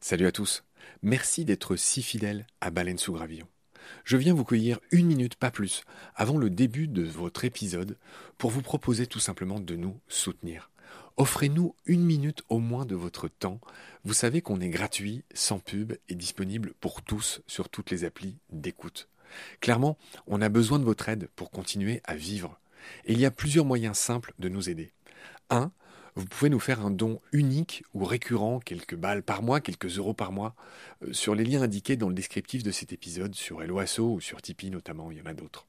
Salut à tous. Merci d'être si fidèles à Baleine sous Gravillon. Je viens vous cueillir une minute, pas plus, avant le début de votre épisode pour vous proposer tout simplement de nous soutenir. Offrez-nous une minute au moins de votre temps. Vous savez qu'on est gratuit, sans pub et disponible pour tous sur toutes les applis d'écoute. Clairement, on a besoin de votre aide pour continuer à vivre. Et il y a plusieurs moyens simples de nous aider. 1. Vous pouvez nous faire un don unique ou récurrent, quelques balles par mois, quelques euros par mois, sur les liens indiqués dans le descriptif de cet épisode, sur Helloasso ou sur Tipeee notamment, il y en a d'autres.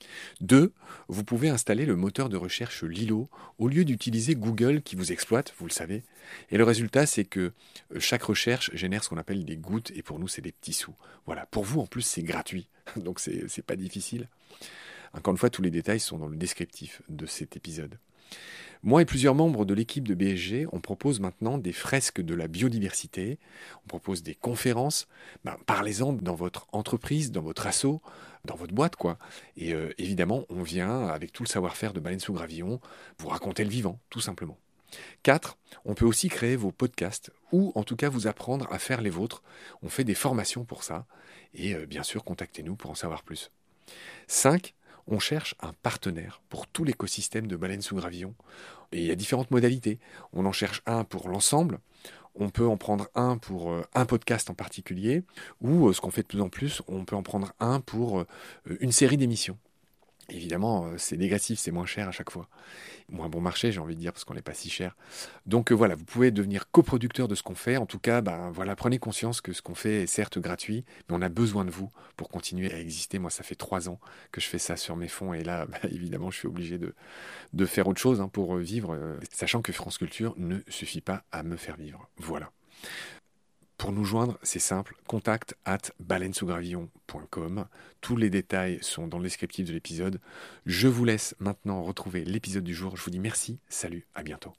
2. Vous pouvez installer le moteur de recherche Lilo au lieu d'utiliser Google qui vous exploite, vous le savez. Et le résultat, c'est que chaque recherche génère ce qu'on appelle des gouttes, et pour nous, c'est des petits sous. Voilà, pour vous, en plus, c'est gratuit, donc c'est pas difficile. Encore une fois, tous les détails sont dans le descriptif de cet épisode. Moi et plusieurs membres de l'équipe de BSG, on propose maintenant des fresques de la biodiversité, on propose des conférences, parlez-en dans votre entreprise, dans votre asso, dans votre boîte quoi. Et évidemment, on vient avec tout le savoir-faire de Baleine sous Gravillon vous raconter le vivant, tout simplement. 4. On peut aussi créer vos podcasts ou en tout cas vous apprendre à faire les vôtres. On fait des formations pour ça et bien sûr, contactez-nous pour en savoir plus. 5. On cherche un partenaire pour tout l'écosystème de Baleine sous Gravillon. Et il y a différentes modalités. On en cherche un pour l'ensemble, on peut en prendre un pour un podcast en particulier, ou ce qu'on fait de plus en plus, on peut en prendre un pour une série d'émissions. Évidemment, c'est négatif, c'est moins cher à chaque fois. Moins bon marché, j'ai envie de dire, parce qu'on n'est pas si cher. Donc voilà, vous pouvez devenir coproducteur de ce qu'on fait. En tout cas, voilà, prenez conscience que ce qu'on fait est certes gratuit, mais on a besoin de vous pour continuer à exister. Moi, ça fait 3 ans que je fais ça sur mes fonds, et là, évidemment, je suis obligé de faire autre chose pour vivre, sachant que France Culture ne suffit pas à me faire vivre. Voilà. Pour nous joindre, c'est simple, contact@baleinesousgravillon.com. Tous les détails sont dans le descriptif de l'épisode. Je vous laisse maintenant retrouver l'épisode du jour. Je vous dis merci, salut, à bientôt.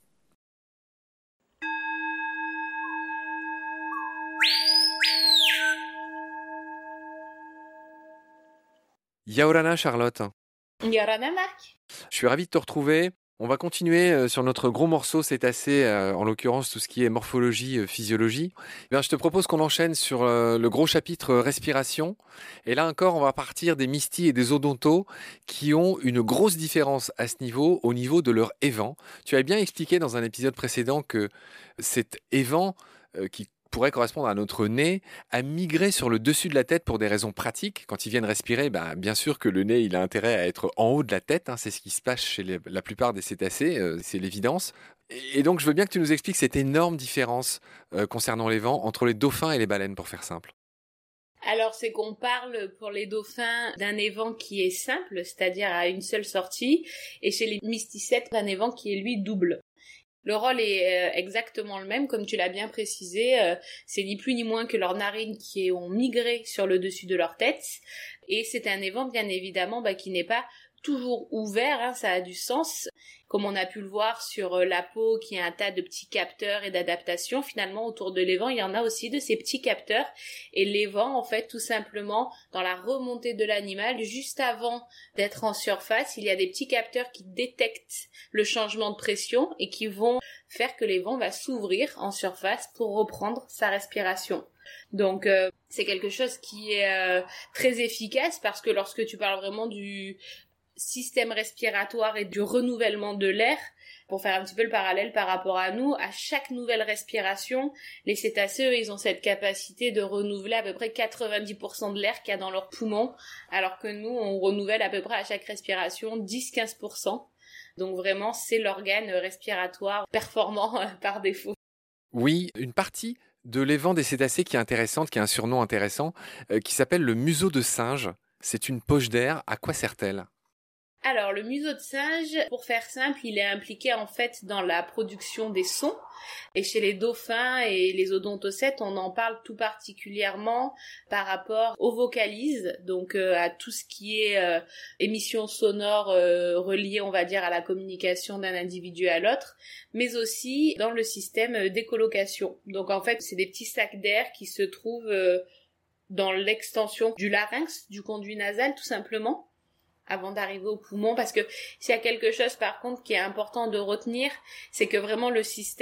Yaorana Charlotte. Yorana Marc. Je suis ravi de te retrouver. On va continuer sur notre gros morceau cétacé, en l'occurrence tout ce qui est morphologie, physiologie. Je te propose qu'on enchaîne sur le gros chapitre respiration. Et là encore, on va partir des mystis et des odontos qui ont une grosse différence à ce niveau, au niveau de leur évent. Tu avais bien expliqué dans un épisode précédent que cet évent qui pourrait correspondre à notre nez, a migré sur le dessus de la tête pour des raisons pratiques. Quand ils viennent respirer, bien sûr que le nez, il a intérêt à être en haut de la tête. C'est ce qui se passe chez la plupart des cétacés, c'est l'évidence. Et donc, je veux bien que tu nous expliques cette énorme différence concernant les vents entre les dauphins et les baleines, pour faire simple. Alors, c'est qu'on parle pour les dauphins d'un évent qui est simple, c'est-à-dire à une seule sortie, et chez les mysticètes, d'un évent qui est lui double. Le rôle est exactement le même, comme tu l'as bien précisé, c'est ni plus ni moins que leurs narines qui ont migré sur le dessus de leur tête, et c'est un évent bien évidemment qui n'est pas toujours ouvert, ça a du sens, comme on a pu le voir sur la peau qui a un tas de petits capteurs et d'adaptations. Finalement autour de l'évent il y en a aussi de ces petits capteurs, et l'évent en fait tout simplement dans la remontée de l'animal, juste avant d'être en surface, il y a des petits capteurs qui détectent le changement de pression et qui vont faire que l'évent va s'ouvrir en surface pour reprendre sa respiration. Donc c'est quelque chose qui est très efficace, parce que lorsque tu parles vraiment du système respiratoire et du renouvellement de l'air, pour faire un petit peu le parallèle par rapport à nous, à chaque nouvelle respiration, les cétacés, eux, ils ont cette capacité de renouveler à peu près 90% de l'air qu'il y a dans leurs poumons, alors que nous, on renouvelle à peu près à chaque respiration 10-15%. Donc vraiment, c'est l'organe respiratoire performant par défaut. Oui, une partie de l'évent des cétacés qui est intéressante, qui a un surnom intéressant, qui s'appelle le museau de singe. C'est une poche d'air. À quoi sert-elle ? Alors, le museau de singe, pour faire simple, il est impliqué en fait dans la production des sons. Et chez les dauphins et les odontocètes, on en parle tout particulièrement par rapport aux vocalises, donc à tout ce qui est émissions sonores reliées, on va dire, à la communication d'un individu à l'autre, mais aussi dans le système d'écholocation. Donc en fait, c'est des petits sacs d'air qui se trouvent dans l'extension du larynx, du conduit nasal tout simplement, avant d'arriver au poumon, parce que s'il y a quelque chose par contre qui est important de retenir, c'est que vraiment le système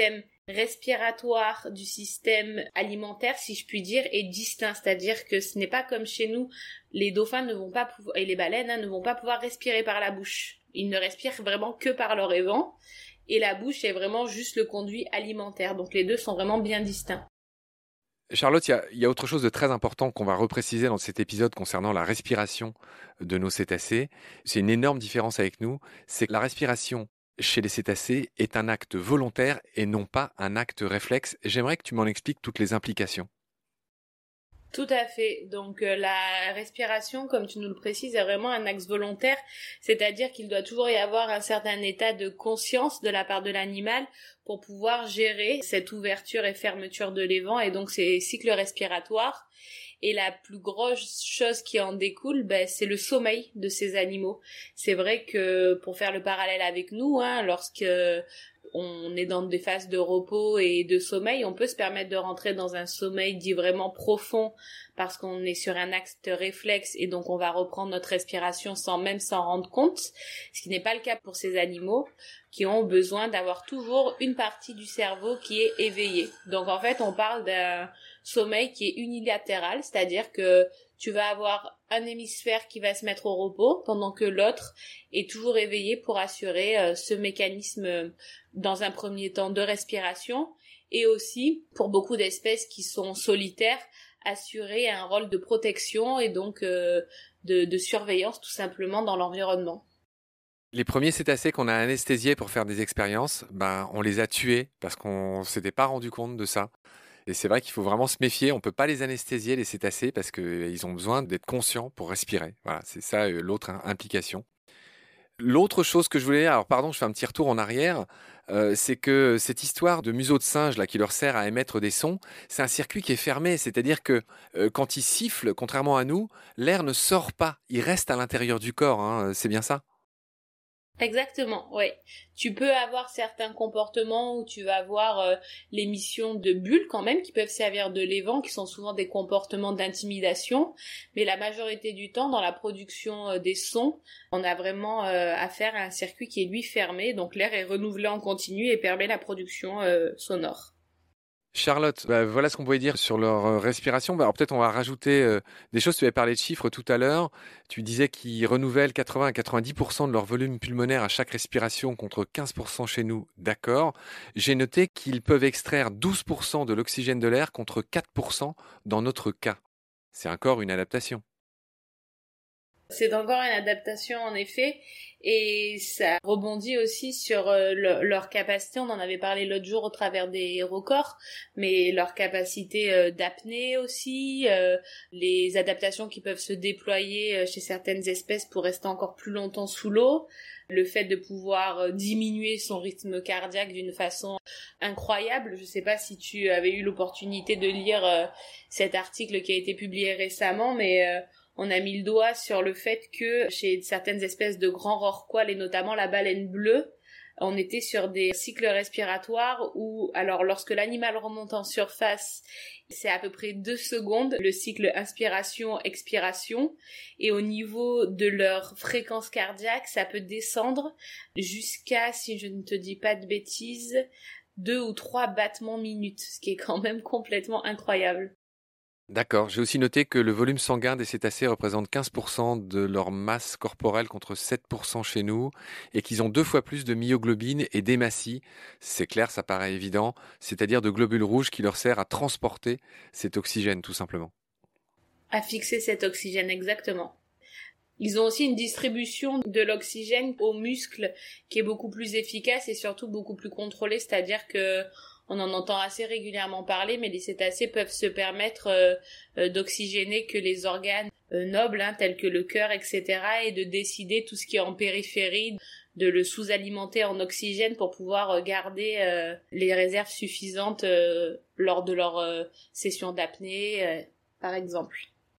respiratoire du système alimentaire, si je puis dire, est distinct. C'est-à-dire que ce n'est pas comme chez nous, les dauphins ne vont pas pouvoir, et les baleines ne vont pas pouvoir respirer par la bouche. Ils ne respirent vraiment que par leur évent, et la bouche est vraiment juste le conduit alimentaire. Donc les deux sont vraiment bien distincts. Charlotte, il y a autre chose de très important qu'on va repréciser dans cet épisode concernant la respiration de nos cétacés. C'est une énorme différence avec nous. C'est que la respiration chez les cétacés est un acte volontaire et non pas un acte réflexe. J'aimerais que tu m'en expliques toutes les implications. Tout à fait. Donc la respiration, comme tu nous le précises, est vraiment un axe volontaire, c'est-à-dire qu'il doit toujours y avoir un certain état de conscience de la part de l'animal pour pouvoir gérer cette ouverture et fermeture de l'évent et donc ces cycles respiratoires. Et la plus grosse chose qui en découle, c'est le sommeil de ces animaux. C'est vrai que, pour faire le parallèle avec nous, lorsque on est dans des phases de repos et de sommeil, on peut se permettre de rentrer dans un sommeil dit vraiment profond parce qu'on est sur un axe réflexe et donc on va reprendre notre respiration sans même s'en rendre compte, ce qui n'est pas le cas pour ces animaux qui ont besoin d'avoir toujours une partie du cerveau qui est éveillée. Donc en fait, on parle d'un sommeil qui est unilatéral, c'est-à-dire que tu vas avoir un hémisphère qui va se mettre au repos pendant que l'autre est toujours éveillé pour assurer ce mécanisme dans un premier temps de respiration et aussi pour beaucoup d'espèces qui sont solitaires assurer un rôle de protection et donc de surveillance tout simplement dans l'environnement. Les premiers cétacés qu'on a anesthésiés pour faire des expériences, on les a tués parce qu'on s'était pas rendu compte de ça. Et c'est vrai qu'il faut vraiment se méfier, on ne peut pas les anesthésier, les cétacés, parce qu'ils ont besoin d'être conscients pour respirer. Voilà, c'est ça l'autre implication. L'autre chose que je voulais, alors pardon, je fais un petit retour en arrière, c'est que cette histoire de museau de singe là, qui leur sert à émettre des sons, c'est un circuit qui est fermé, c'est-à-dire que quand ils sifflent, contrairement à nous, l'air ne sort pas, il reste à l'intérieur du corps, c'est bien ça ? Exactement, oui. Tu peux avoir certains comportements où tu vas avoir l'émission de bulles quand même qui peuvent servir de l'évent, qui sont souvent des comportements d'intimidation, mais la majorité du temps dans la production des sons, on a vraiment affaire à un circuit qui est lui fermé, donc l'air est renouvelé en continu et permet la production sonore. Charlotte, voilà ce qu'on pouvait dire sur leur respiration. Alors peut-être on va rajouter des choses. Tu avais parlé de chiffres tout à l'heure. Tu disais qu'ils renouvellent 80 à 90% de leur volume pulmonaire à chaque respiration contre 15% chez nous. D'accord. J'ai noté qu'ils peuvent extraire 12% de l'oxygène de l'air contre 4% dans notre cas. C'est encore une adaptation. C'est encore une adaptation en effet et ça rebondit aussi sur leur capacité, on en avait parlé l'autre jour au travers des records, mais leur capacité d'apnée aussi, les adaptations qui peuvent se déployer chez certaines espèces pour rester encore plus longtemps sous l'eau, le fait de pouvoir diminuer son rythme cardiaque d'une façon incroyable. Je sais pas si tu avais eu l'opportunité de lire cet article qui a été publié récemment, mais on a mis le doigt sur le fait que chez certaines espèces de grands rorquals et notamment la baleine bleue, on était sur des cycles respiratoires où, alors lorsque l'animal remonte en surface, c'est à peu près 2 secondes, le cycle inspiration-expiration, et au niveau de leur fréquence cardiaque, ça peut descendre jusqu'à, si je ne te dis pas de bêtises, 2 ou 3 battements minutes, ce qui est quand même complètement incroyable. D'accord. J'ai aussi noté que le volume sanguin des cétacés représente 15% de leur masse corporelle contre 7% chez nous et qu'ils ont 2 fois plus de myoglobine et d'hématie. C'est clair, ça paraît évident. C'est-à-dire de globules rouges qui leur servent à transporter cet oxygène, tout simplement. À fixer cet oxygène, exactement. Ils ont aussi une distribution de l'oxygène aux muscles qui est beaucoup plus efficace et surtout beaucoup plus contrôlée, c'est-à-dire que on en entend assez régulièrement parler, mais les cétacés peuvent se permettre d'oxygéner que les organes nobles, tels que le cœur, etc., et de décider tout ce qui est en périphérie, de le sous-alimenter en oxygène pour pouvoir garder les réserves suffisantes lors de leur session d'apnée, par exemple.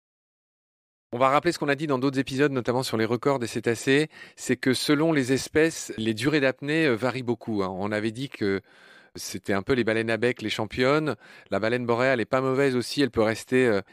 On va rappeler ce qu'on a dit dans d'autres épisodes, notamment sur les records des cétacés, c'est que selon les espèces, les durées d'apnée varient beaucoup. On avait dit que C'était un peu les baleines à bec, les championnes. La baleine boréale est pas mauvaise aussi. Elle peut rester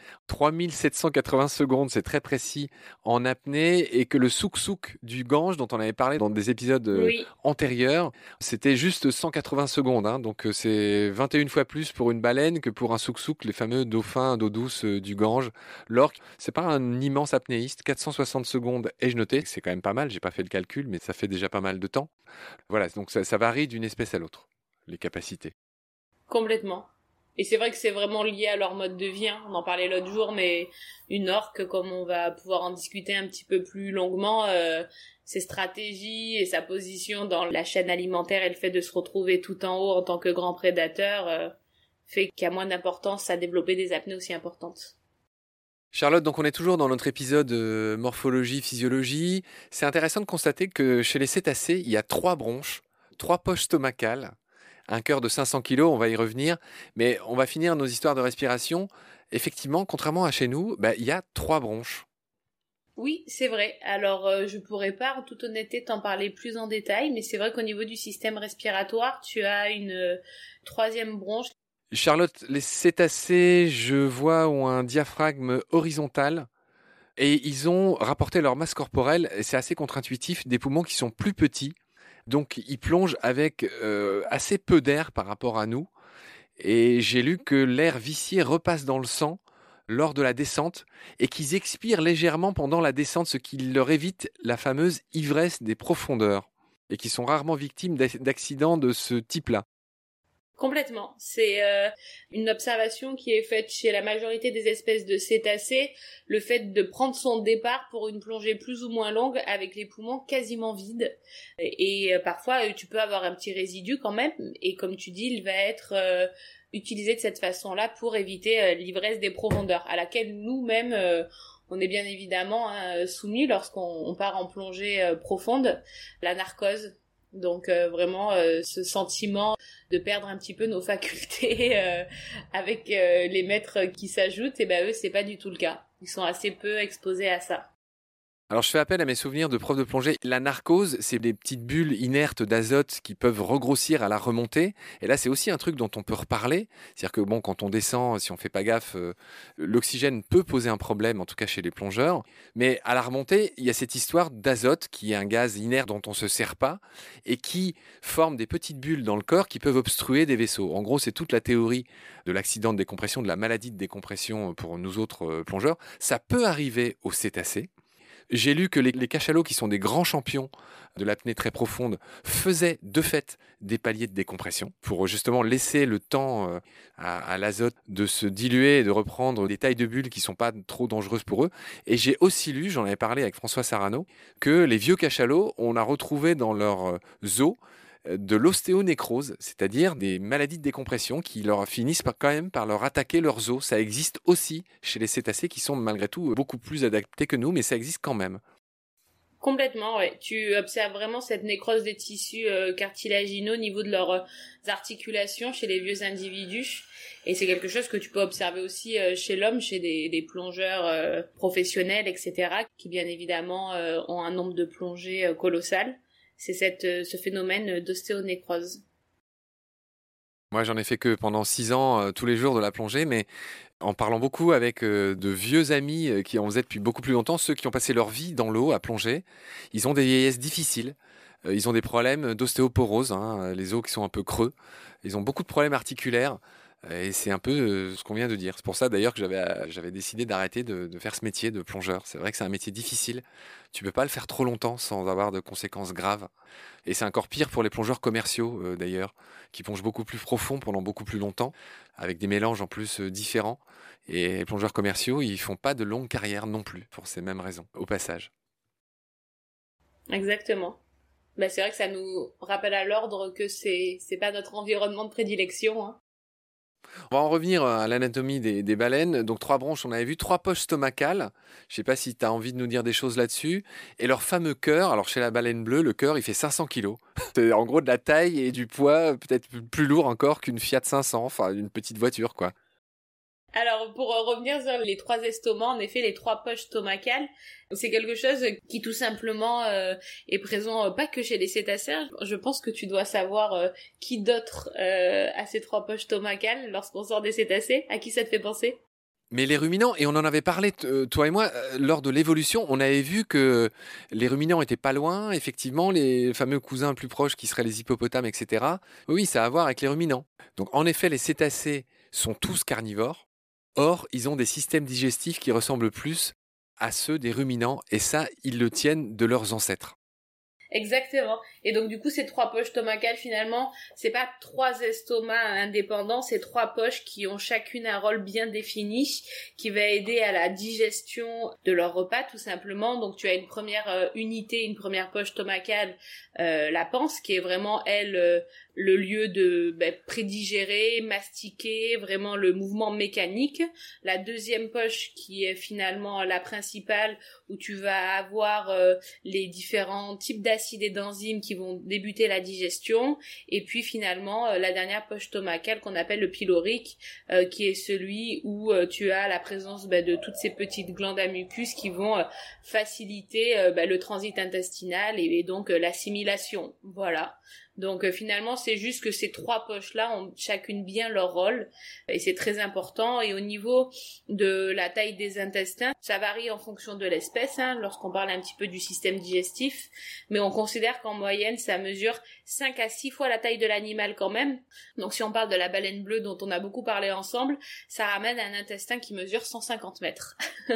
3780 secondes, c'est très précis, en apnée. Et que le souk-souk du Gange, dont on avait parlé dans des épisodes Oui, antérieurs, c'était juste 180 secondes. Hein. Donc c'est 21 fois plus pour une baleine que pour un souk-souk, les fameux dauphins d'eau douce du Gange. L'orque, c'est pas un immense apnéiste. 460 secondes, ai-je noté. C'est quand même pas mal. J'ai pas fait le calcul, mais ça fait déjà pas mal de temps. Voilà, donc ça varie d'une espèce à l'autre, les capacités. complètement. Et c'est vrai que c'est vraiment lié à leur mode de vie, hein. On en parlait l'autre jour, mais une orque, comme on va pouvoir en discuter un petit peu plus longuement, ses stratégies et sa position dans la chaîne alimentaire et le fait de se retrouver tout en haut en tant que grand prédateur fait qu'il y a moins d'importance à développer des apnées aussi importantes. Charlotte, donc on est toujours dans notre épisode morphologie, physiologie. C'est intéressant de constater que chez les cétacés, il y a 3 bronches, 3 poches stomacales, un cœur de 500 kilos, on va y revenir, mais on va finir nos histoires de respiration. Effectivement, contrairement à chez nous, il y a 3 bronches. Oui, c'est vrai. Alors, je pourrais pas, en toute honnêteté, t'en parler plus en détail, mais c'est vrai qu'au niveau du système respiratoire, tu as une troisième bronche. Charlotte, les cétacés, je vois, ont un diaphragme horizontal et ils ont rapporté leur masse corporelle, et c'est assez contre-intuitif, des poumons qui sont plus petits. Donc ils plongent avec assez peu d'air par rapport à nous. Et j'ai lu que l'air vicié repasse dans le sang lors de la descente et qu'ils expirent légèrement pendant la descente, ce qui leur évite la fameuse ivresse des profondeurs et qui sont rarement victimes d'accidents de ce type-là. Complètement. C'est une observation qui est faite chez la majorité des espèces de cétacés, le fait de prendre son départ pour une plongée plus ou moins longue avec les poumons quasiment vides. Et parfois, tu peux avoir un petit résidu quand même, et comme tu dis, il va être utilisé de cette façon-là pour éviter l'ivresse des profondeurs, à laquelle nous-mêmes, on est bien évidemment soumis lorsqu'on part en plongée profonde, la narcose. Donc vraiment ce sentiment de perdre un petit peu nos facultés avec les maîtres qui s'ajoutent, et eux c'est pas du tout le cas. Ils sont assez peu exposés à ça. Alors je fais appel à mes souvenirs de prof de plongée. La narcose, c'est des petites bulles inertes d'azote qui peuvent regrossir à la remontée. Et là, c'est aussi un truc dont on peut reparler. C'est-à-dire que bon, quand on descend, si on fait pas gaffe, l'oxygène peut poser un problème, en tout cas chez les plongeurs. Mais à la remontée, il y a cette histoire d'azote qui est un gaz inerte dont on se sert pas et qui forme des petites bulles dans le corps qui peuvent obstruer des vaisseaux. En gros, c'est toute la théorie de l'accident de décompression, de la maladie de décompression pour nous autres plongeurs. Ça peut arriver aux cétacés. J'ai lu que les cachalots, qui sont des grands champions de l'apnée très profonde, faisaient de fait des paliers de décompression pour justement laisser le temps à l'azote de se diluer et de reprendre des tailles de bulles qui ne sont pas trop dangereuses pour eux. Et j'ai aussi lu, j'en avais parlé avec François Sarano, que les vieux cachalots, on a retrouvé dans leur os de l'ostéonécrose, c'est-à-dire des maladies de décompression qui leur finissent quand même par leur attaquer leurs os. Ça existe aussi chez les cétacés qui sont malgré tout beaucoup plus adaptés que nous, mais ça existe quand même. Complètement, ouais. Tu observes vraiment cette nécrose des tissus cartilagineux au niveau de leurs articulations chez les vieux individus. Et c'est quelque chose que tu peux observer aussi chez l'homme, chez des plongeurs professionnels, etc., qui bien évidemment ont un nombre de plongées colossal. C'est ce phénomène d'ostéonécrose. Moi, j'en ai fait que pendant 6 ans, tous les jours de la plongée, mais en parlant beaucoup avec de vieux amis qui en faisaient depuis beaucoup plus longtemps, ceux qui ont passé leur vie dans l'eau à plonger, ils ont des vieillesses difficiles. Ils ont des problèmes d'ostéoporose, hein, les os qui sont un peu creux. Ils ont beaucoup de problèmes articulaires. Et c'est un peu ce qu'on vient de dire. C'est pour ça d'ailleurs que j'avais décidé d'arrêter de faire ce métier de plongeur. C'est vrai que c'est un métier difficile. Tu peux pas le faire trop longtemps sans avoir de conséquences graves. Et c'est encore pire pour les plongeurs commerciaux d'ailleurs, qui plongent beaucoup plus profond pendant beaucoup plus longtemps, avec des mélanges en plus différents. Et les plongeurs commerciaux, ils font pas de longue carrière non plus, pour ces mêmes raisons, au passage. Exactement. C'est vrai que ça nous rappelle à l'ordre que c'est pas notre environnement de prédilection, hein. On va en revenir à l'anatomie des baleines. Donc 3 bronches, on avait vu, 3 poches stomacales. Je ne sais pas si tu as envie de nous dire des choses là-dessus. Et leur fameux cœur, alors chez la baleine bleue, le cœur, il fait 500 kilos. C'est en gros de la taille et du poids peut-être plus lourd encore qu'une Fiat 500, enfin une petite voiture quoi. Alors, pour revenir sur les 3 estomacs, en effet, les 3 poches stomacales, c'est quelque chose qui tout simplement est présent pas que chez les cétacés. Je pense que tu dois savoir qui d'autre a ces 3 poches stomacales lorsqu'on sort des cétacés. À qui ça te fait penser? Mais les ruminants, et on en avait parlé, toi et moi, lors de l'évolution, on avait vu que les ruminants étaient pas loin, effectivement, les fameux cousins plus proches qui seraient les hippopotames, etc. Oui, ça a à voir avec les ruminants. Donc en effet, les cétacés sont tous carnivores. Or, ils ont des systèmes digestifs qui ressemblent plus à ceux des ruminants, et ça, ils le tiennent de leurs ancêtres. Exactement. Et donc du coup, ces 3 poches stomacales, finalement, c'est pas 3 estomacs indépendants, c'est 3 poches qui ont chacune un rôle bien défini, qui va aider à la digestion de leur repas, tout simplement. Donc tu as une première unité, une première poche stomacale, la panse, qui est vraiment, elle, le lieu de prédigérer, mastiquer, vraiment le mouvement mécanique. La deuxième poche qui est finalement la principale, où tu vas avoir les différents types d'acides et d'enzymes qui vont débuter la digestion. Et puis finalement, la dernière poche stomacale qu'on appelle le pylorique, qui est celui où tu as la présence de toutes ces petites glandes à mucus qui vont faciliter le transit intestinal et donc l'assimilation. Voilà. Donc finalement, c'est juste que ces 3 poches-là ont chacune bien leur rôle et c'est très important. Et au niveau de la taille des intestins, ça varie en fonction de l'espèce, lorsqu'on parle un petit peu du système digestif, mais on considère qu'en moyenne, ça mesure 5 à 6 fois la taille de l'animal quand même. Donc si on parle de la baleine bleue dont on a beaucoup parlé ensemble, ça ramène un intestin qui mesure 150 mètres.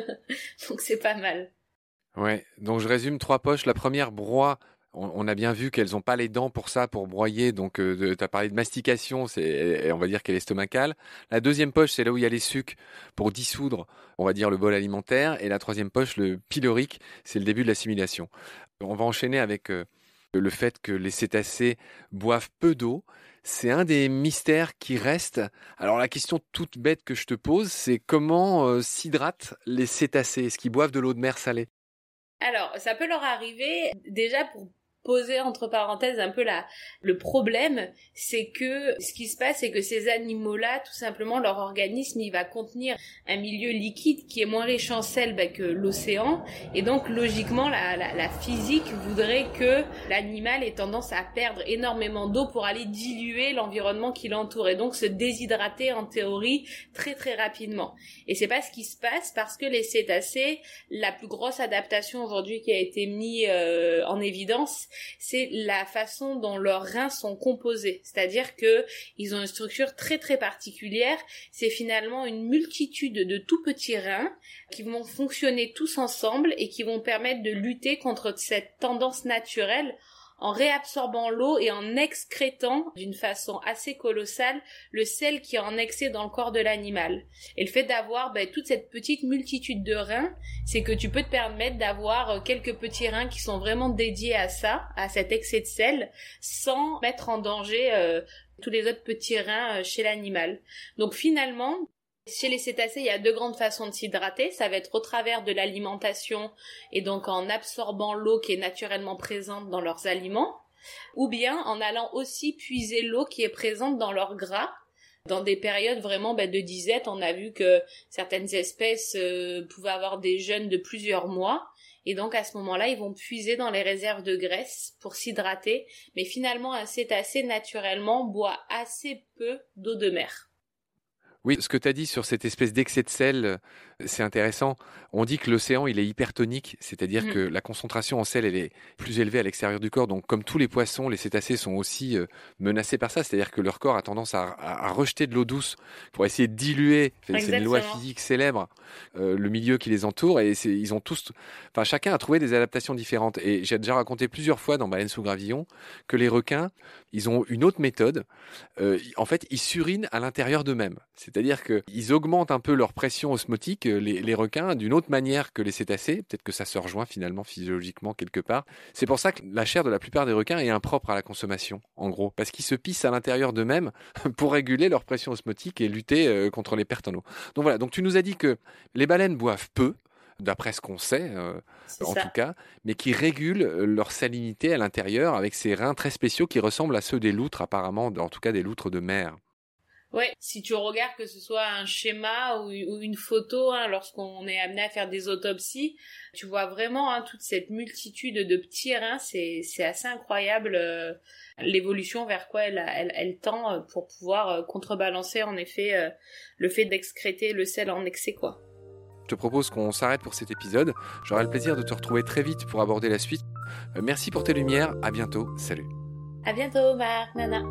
Donc c'est pas mal. Ouais, donc je résume 3 poches. La première, broie. On a bien vu qu'elles n'ont pas les dents pour ça, pour broyer. Donc, tu as parlé de mastication, on va dire qu'elle est stomacale. La deuxième poche, c'est là où il y a les sucs pour dissoudre, on va dire, le bol alimentaire. Et la troisième poche, le pylorique, c'est le début de l'assimilation. On va enchaîner avec le fait que les cétacés boivent peu d'eau. C'est un des mystères qui reste. Alors, la question toute bête que je te pose, c'est comment s'hydratent les cétacés? Est-ce qu'ils boivent de l'eau de mer salée? Alors, ça peut leur arriver, déjà pour poser entre parenthèses un peu le problème, c'est que ce qui se passe, c'est que ces animaux-là, tout simplement, leur organisme, il va contenir un milieu liquide qui est moins riche en sel que l'océan, et donc logiquement, la physique voudrait que l'animal ait tendance à perdre énormément d'eau pour aller diluer l'environnement qui l'entoure, et donc se déshydrater en théorie très très rapidement. Et c'est pas ce qui se passe parce que les cétacés, la plus grosse adaptation aujourd'hui qui a été mise en évidence, c'est la façon dont leurs reins sont composés. C'est-à-dire que ils ont une structure très très particulière. C'est finalement une multitude de tout petits reins qui vont fonctionner tous ensemble et qui vont permettre de lutter contre cette tendance naturelle en réabsorbant l'eau et en excrétant d'une façon assez colossale le sel qui est en excès dans le corps de l'animal. Et le fait d'avoir toute cette petite multitude de reins, c'est que tu peux te permettre d'avoir quelques petits reins qui sont vraiment dédiés à ça, à cet excès de sel, sans mettre en danger tous les autres petits reins chez l'animal. Donc finalement, chez les cétacés, il y a 2 grandes façons de s'hydrater. Ça va être au travers de l'alimentation et donc en absorbant l'eau qui est naturellement présente dans leurs aliments, ou bien en allant aussi puiser l'eau qui est présente dans leur gras. Dans des périodes vraiment de disette, on a vu que certaines espèces pouvaient avoir des jeûnes de plusieurs mois. Et donc à ce moment-là, ils vont puiser dans les réserves de graisse pour s'hydrater. Mais finalement, un cétacé, naturellement, boit assez peu d'eau de mer. Oui, ce que tu as dit sur cette espèce d'excès de sel, c'est intéressant. On dit que l'océan, il est hypertonique, c'est-à-dire que la concentration en sel, elle est plus élevée à l'extérieur du corps. Donc, comme tous les poissons, les cétacés sont aussi menacés par ça, c'est-à-dire que leur corps a tendance à rejeter de l'eau douce pour essayer de diluer. C'est une loi physique célèbre, le milieu qui les entoure. Et ils ont tous, enfin, chacun a trouvé des adaptations différentes. Et j'ai déjà raconté plusieurs fois dans Baleine sous gravillon que les requins, ils ont une autre méthode. En fait, ils s'urinent à l'intérieur d'eux-mêmes. C'est-à-dire qu'ils augmentent un peu leur pression osmotique, les requins, d'une autre manière que les cétacés. Peut-être que ça se rejoint finalement physiologiquement quelque part. C'est pour ça que la chair de la plupart des requins est impropre à la consommation, en gros. Parce qu'ils se pissent à l'intérieur d'eux-mêmes pour réguler leur pression osmotique et lutter contre les pertes en eau. Donc voilà, donc tu nous as dit que les baleines boivent peu, d'après ce qu'on sait, en tout cas, mais qui régulent leur salinité à l'intérieur avec ces reins très spéciaux qui ressemblent à ceux des loutres apparemment, en tout cas des loutres de mer. Ouais, si tu regardes que ce soit un schéma ou une photo, hein, lorsqu'on est amené à faire des autopsies, tu vois vraiment toute cette multitude de petits reins, c'est assez incroyable l'évolution vers quoi elle tend pour pouvoir contrebalancer en effet le fait d'excréter le sel en excès, quoi. Je te propose qu'on s'arrête pour cet épisode. J'aurai le plaisir de te retrouver très vite pour aborder la suite. Merci pour tes lumières, à bientôt, salut. À bientôt, Marc, Nana.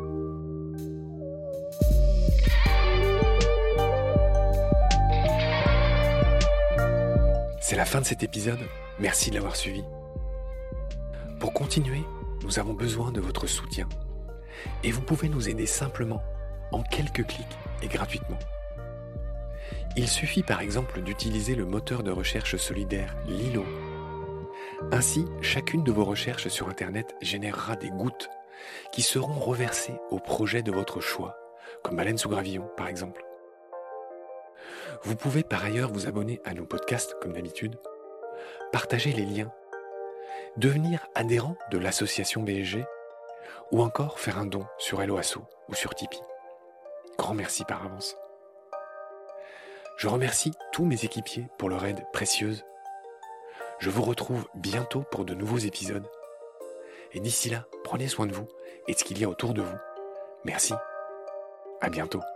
C'est la fin de cet épisode, merci de l'avoir suivi. Pour continuer, nous avons besoin de votre soutien. Et vous pouvez nous aider simplement, en quelques clics et gratuitement. Il suffit par exemple d'utiliser le moteur de recherche solidaire Lilo. Ainsi, chacune de vos recherches sur Internet générera des gouttes qui seront reversées au projet de votre choix, comme Baleine sous gravillon par exemple. Vous pouvez par ailleurs vous abonner à nos podcasts comme d'habitude, partager les liens, devenir adhérent de l'association BSG ou encore faire un don sur Helloasso ou sur Tipeee. Grand merci par avance. Je remercie tous mes équipiers pour leur aide précieuse. Je vous retrouve bientôt pour de nouveaux épisodes. Et d'ici là, prenez soin de vous et de ce qu'il y a autour de vous. Merci. À bientôt.